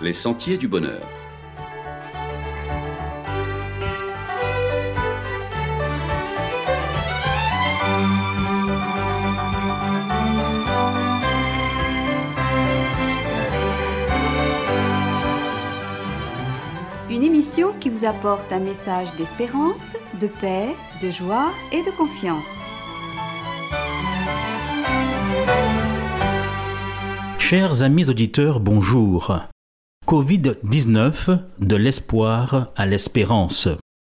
les sentiers du bonheur. Une émission qui vous apporte un message d'espérance, de paix, de joie et de confiance. Chers amis auditeurs, bonjour. Covid-19, de l'espoir à l'espérance.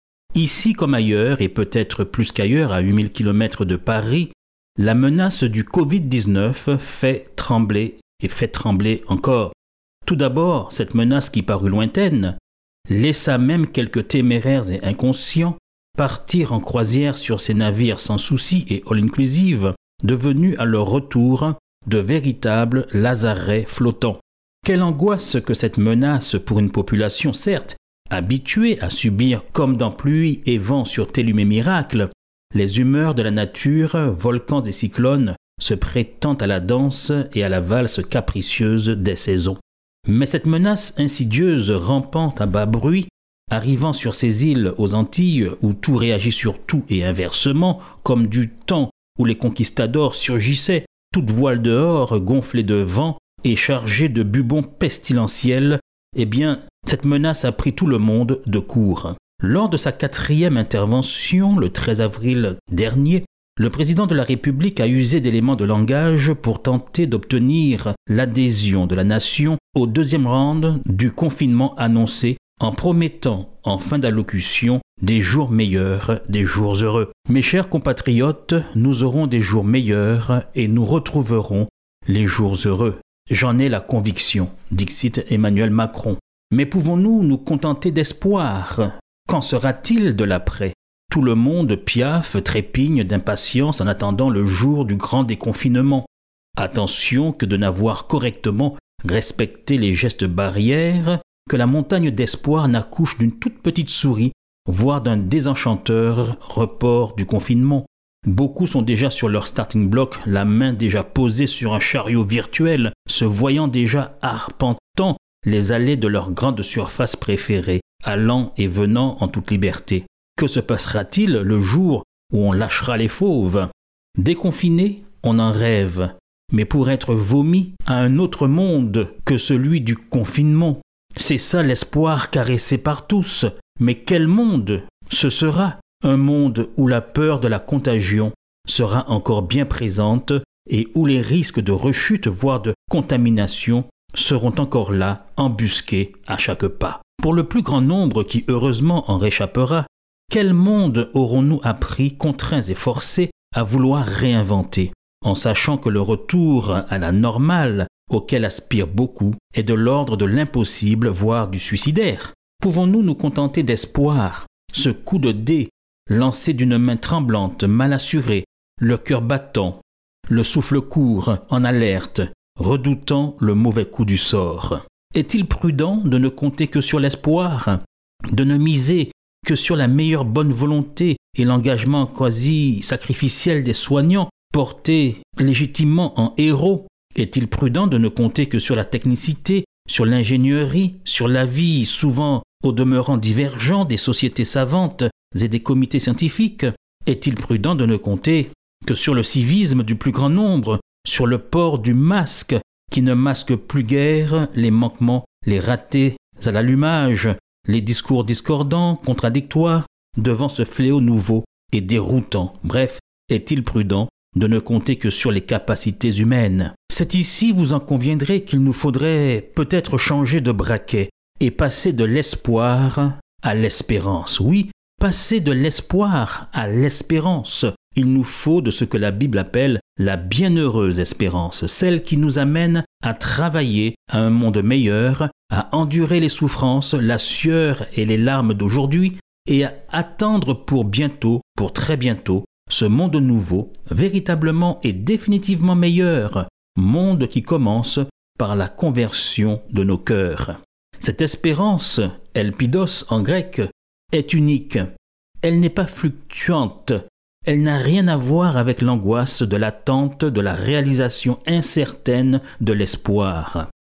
Ici comme ailleurs, et peut-être plus qu'ailleurs, à 8000 km de Paris, la menace du Covid-19 fait trembler et fait trembler encore. Tout d'abord, cette menace qui parut lointaine, laissa même quelques téméraires et inconscients partir en croisière sur ces navires sans souci et all-inclusive, devenus à leur retour de véritables lazarets flottants. Quelle angoisse que cette menace pour une population certes habituée à subir comme dans pluie et vent sur Tellum et Miracle, les humeurs de la nature, volcans et cyclones se prêtant à la danse et à la valse capricieuse des saisons. Mais cette menace insidieuse rampante à bas bruit, arrivant sur ces îles aux Antilles où tout réagit sur tout et inversement, comme du temps où les conquistadors surgissaient, toute voile dehors, gonflée de vent et chargée de bubons pestilentiels, eh bien, cette menace a pris tout le monde de court. Lors de sa 4e intervention, le 13 avril dernier, le président de la République a usé d'éléments de langage pour tenter d'obtenir l'adhésion de la nation au 2e round du confinement annoncé en promettant en fin d'allocution des jours meilleurs, des jours heureux. Mes chers compatriotes, nous aurons des jours meilleurs et nous retrouverons les jours heureux. J'en ai la conviction, dixit Emmanuel Macron. Mais pouvons-nous nous contenter d'espoir? Qu'en sera-t-il de l'après? Tout le monde piaffe, trépigne d'impatience en attendant le jour du grand déconfinement. Attention que de n'avoir correctement respecté les gestes barrières, que la montagne d'espoir n'accouche d'une toute petite souris, voire d'un désenchanteur report du confinement. Beaucoup sont déjà sur leur starting block, la main déjà posée sur un chariot virtuel, se voyant déjà arpentant les allées de leur grande surface préférée, allant et venant en toute liberté. Que se passera-t-il le jour où on lâchera les fauves? Déconfiné, on en rêve, mais pour être vomi à un autre monde que celui du confinement. C'est ça l'espoir caressé par tous. Mais quel monde ce sera? Un monde où la peur de la contagion sera encore bien présente et où les risques de rechute, voire de contamination, seront encore là, embusqués à chaque pas. Pour le plus grand nombre qui heureusement en réchappera, quel monde aurons-nous appris, contraints et forcés, à vouloir réinventer, en sachant que le retour à la normale, auquel aspirent beaucoup, est de l'ordre de l'impossible, voire du suicidaire? Pouvons-nous nous contenter d'espoir, ce coup de dé, lancé d'une main tremblante, mal assurée, le cœur battant, le souffle court, en alerte, redoutant le mauvais coup du sort? Est-il prudent de ne compter que sur l'espoir, de ne miser que sur la meilleure bonne volonté et l'engagement quasi sacrificiel des soignants, portés légitimement en héros? Est-il prudent de ne compter que sur la technicité, sur l'ingénierie, sur l'avis souvent au demeurant divergent des sociétés savantes et des comités scientifiques? Est-il prudent de ne compter que sur le civisme du plus grand nombre, sur le port du masque qui ne masque plus guère les manquements, les ratés à l'allumage, les discours discordants, contradictoires, devant ce fléau nouveau et déroutant? Bref, est-il prudent de ne compter que sur les capacités humaines? C'est ici, vous en conviendrez, qu'il nous faudrait peut-être changer de braquet et passer de l'espoir à l'espérance. Oui, passer de l'espoir à l'espérance. Il nous faut de ce que la Bible appelle la bienheureuse espérance, celle qui nous amène à travailler à un monde meilleur, à endurer les souffrances, la sueur et les larmes d'aujourd'hui et à attendre pour bientôt, pour très bientôt, ce monde nouveau, véritablement et définitivement meilleur, monde qui commence par la conversion de nos cœurs. Cette espérance, elpidos en grec, est unique. Elle n'est pas fluctuante. Elle n'a rien à voir avec l'angoisse de l'attente de la réalisation incertaine de l'espoir.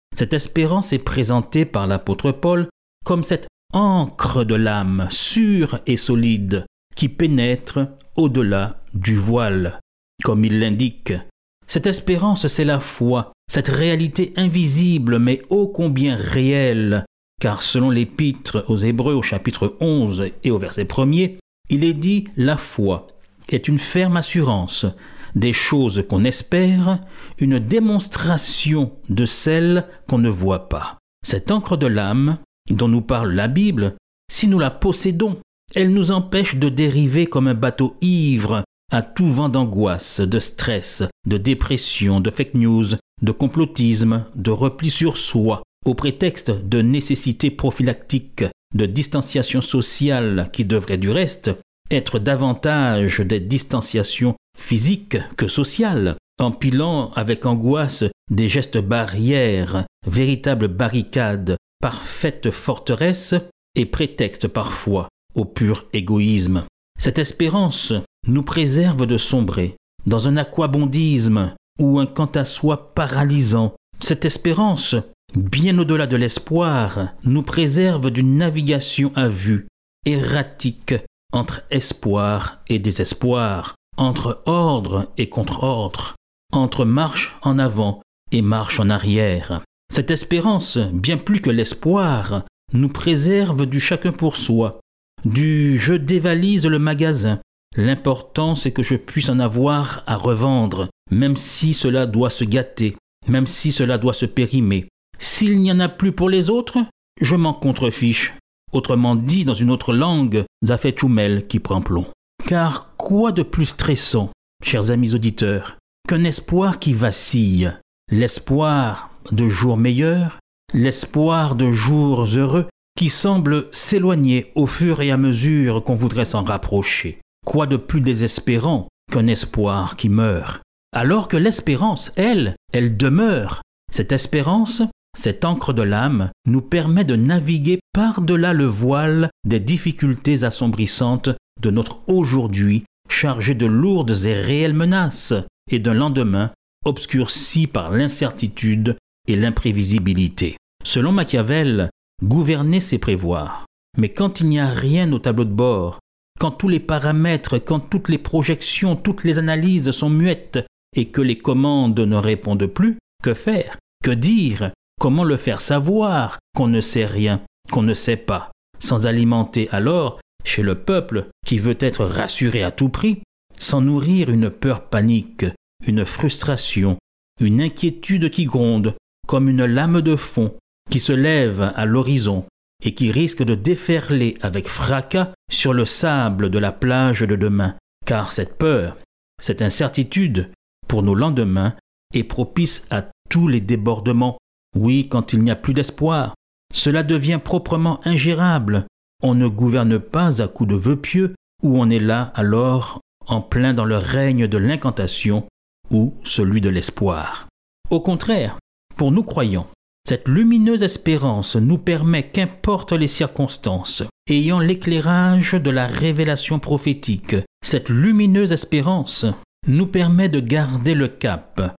Cette espérance est présentée par l'apôtre Paul comme cette ancre de l'âme, sûre et solide, qui pénètre au-delà du voile, comme il l'indique. Cette espérance, c'est la foi, cette réalité invisible mais ô combien réelle, car selon l'épître aux Hébreux au chapitre 11 et au verset 1er, il est dit « La foi est une ferme assurance des choses qu'on espère, une démonstration de celles qu'on ne voit pas. » Cette encre de l'âme, dont nous parle la Bible, si nous la possédons, elle nous empêche de dériver comme un bateau ivre à tout vent d'angoisse, de stress, de dépression, de fake news, de complotisme, de repli sur soi, au prétexte de nécessité prophylactique, de distanciation sociale qui devrait du reste être davantage des distanciations physiques que sociales, empilant avec angoisse des gestes barrières, véritables barricades, parfaites forteresses et prétexte parfois au pur égoïsme. Cette espérance nous préserve de sombrer dans un aquabondisme ou un quant à soi paralysant. Cette espérance, bien au-delà de l'espoir, nous préserve d'une navigation à vue, erratique, entre espoir et désespoir, entre ordre et contre-ordre, entre marche en avant et marche en arrière. Cette espérance, bien plus que l'espoir, nous préserve du chacun pour soi, du « je dévalise le magasin ». L'important, c'est que je puisse en avoir à revendre, même si cela doit se gâter, même si cela doit se périmer. S'il n'y en a plus pour les autres, je m'en contrefiche. Autrement dit, dans une autre langue, ça fait choumel qui prend plomb. Car quoi de plus stressant, chers amis auditeurs, qu'un espoir qui vacille, l'espoir de jours meilleurs, l'espoir de jours heureux qui semble s'éloigner au fur et à mesure qu'on voudrait s'en rapprocher. Quoi de plus désespérant qu'un espoir qui meurt, alors que l'espérance, elle demeure. Cette espérance, cette encre de l'âme, nous permet de naviguer par-delà le voile des difficultés assombrissantes de notre aujourd'hui, chargé de lourdes et réelles menaces, et d'un lendemain obscurci par l'incertitude et l'imprévisibilité. Selon Machiavel, gouverner, c'est prévoir. Mais quand il n'y a rien au tableau de bord, quand tous les paramètres, quand toutes les projections, toutes les analyses sont muettes et que les commandes ne répondent plus, que faire? Que dire? Comment le faire savoir qu'on ne sait rien, qu'on ne sait pas, sans alimenter alors, chez le peuple qui veut être rassuré à tout prix, sans nourrir une peur panique, une frustration, une inquiétude qui gronde comme une lame de fond qui se lève à l'horizon et qui risque de déferler avec fracas sur le sable de la plage de demain. Car cette peur, cette incertitude, pour nos lendemains, est propice à tous les débordements. Oui, quand il n'y a plus d'espoir, cela devient proprement ingérable. On ne gouverne pas à coups de vœux pieux, ou on est là alors en plein dans le règne de l'incantation ou celui de l'espoir. Au contraire, pour nous croyants, cette lumineuse espérance nous permet, qu'importe les circonstances, ayant l'éclairage de la révélation prophétique, cette lumineuse espérance nous permet de garder le cap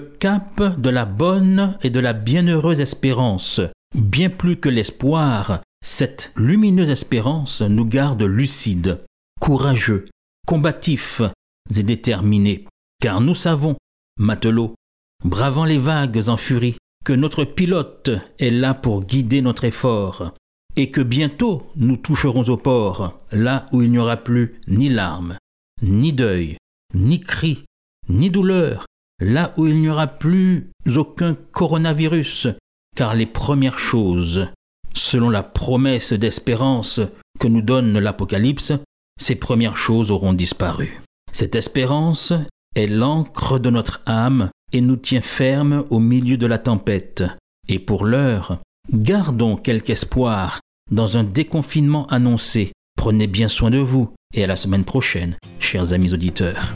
de la bonne et de la bienheureuse espérance. Bien plus que l'espoir, cette lumineuse espérance nous garde lucides, courageux, combatifs et déterminés, car nous savons, matelots, bravant les vagues en furie, que notre pilote est là pour guider notre effort, et que bientôt nous toucherons au port, là où il n'y aura plus ni larmes, ni deuil, ni cris, ni douleur, là où il n'y aura plus aucun coronavirus, car les premières choses, selon la promesse d'espérance que nous donne l'Apocalypse, ces premières choses auront disparu. Cette espérance est l'encre de notre âme et nous tient ferme au milieu de la tempête. Et pour l'heure, gardons quelque espoir dans un déconfinement annoncé. Prenez bien soin de vous et à la semaine prochaine, chers amis auditeurs.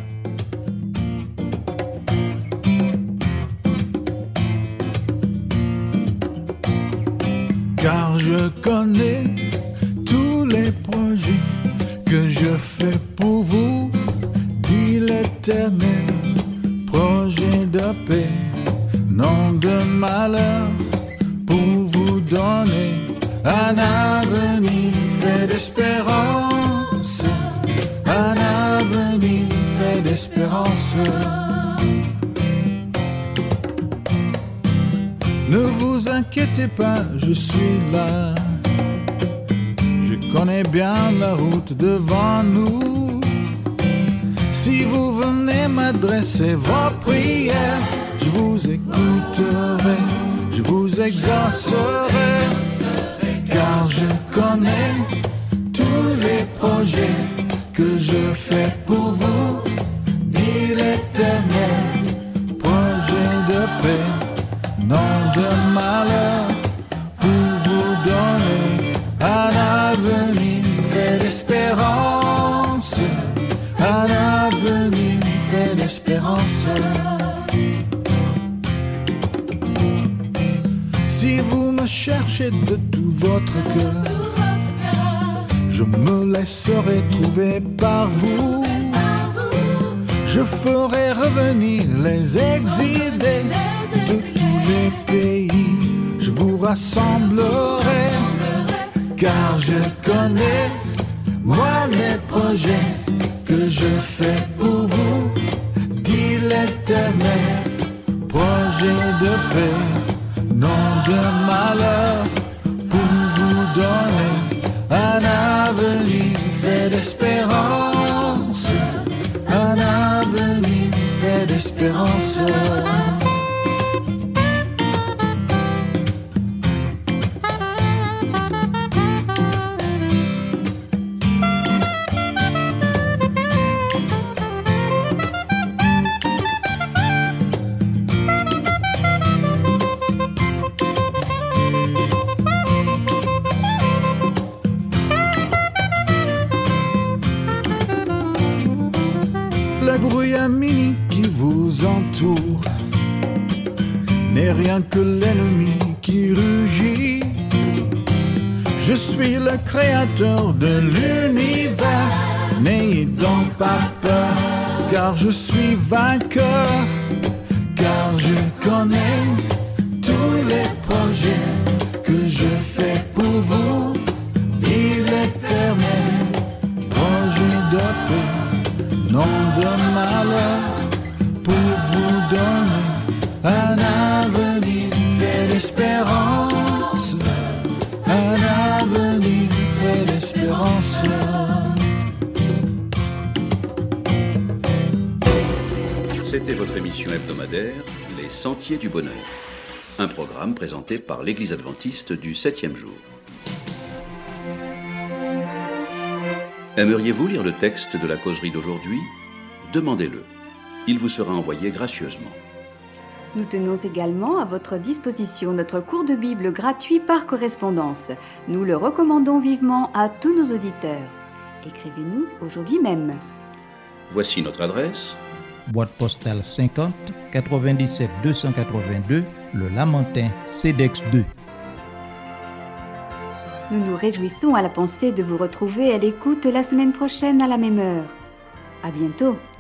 Car je connais tous les projets que je fais pour vous, dit l'Éternel. Projet de paix, non de malheur, pour vous donner un avenir fait d'espérance, un avenir fait d'espérance. Ne vous inquiétez pas, je suis là. Je connais bien la route devant nous. Si vous venez m'adresser vos prières, je vous écouterai, je vous exaucerai, car je connais tous les projets que je fais pour vous, dit l'Éternel. Projet de paix, non de malheur, pour vous donner un avenir fait d'espérance, un avenir fait d'espérance. Si vous me cherchez de tout votre cœur, je me laisserai trouver par vous. Je ferai revenir les exilés de tous les pays. Je vous rassemblerai, car je connais, moi, les projets que je fais pour vous, dit l'Éternel. Projet de paix, non de malheur, pour vous donner un avenir fait d'espérance, un avenir fait d'espérance. Le brouillamini qui vous entoure n'est rien que l'ennemi qui rugit. Je suis le créateur de l'univers, n'ayez donc pas peur, car je suis vainqueur, car je connais tous les projets que je fais pour vous, dit l'Éternel. Projet de paix, non de malheur, pour vous donner un avenir fait d'espérance, un avenir fait d'espérance. C'était votre émission hebdomadaire, Les Sentiers du Bonheur. Un programme présenté par l'Église adventiste du 7e jour. Aimeriez-vous lire le texte de la causerie d'aujourd'hui ? Demandez-le. Il vous sera envoyé gracieusement. Nous tenons également à votre disposition notre cours de Bible gratuit par correspondance. Nous le recommandons vivement à tous nos auditeurs. Écrivez-nous aujourd'hui même. Voici notre adresse. Boîte postale 50 97 282, Le Lamentin, CEDEX 2. Nous nous réjouissons à la pensée de vous retrouver à l'écoute la semaine prochaine à la même heure. À bientôt.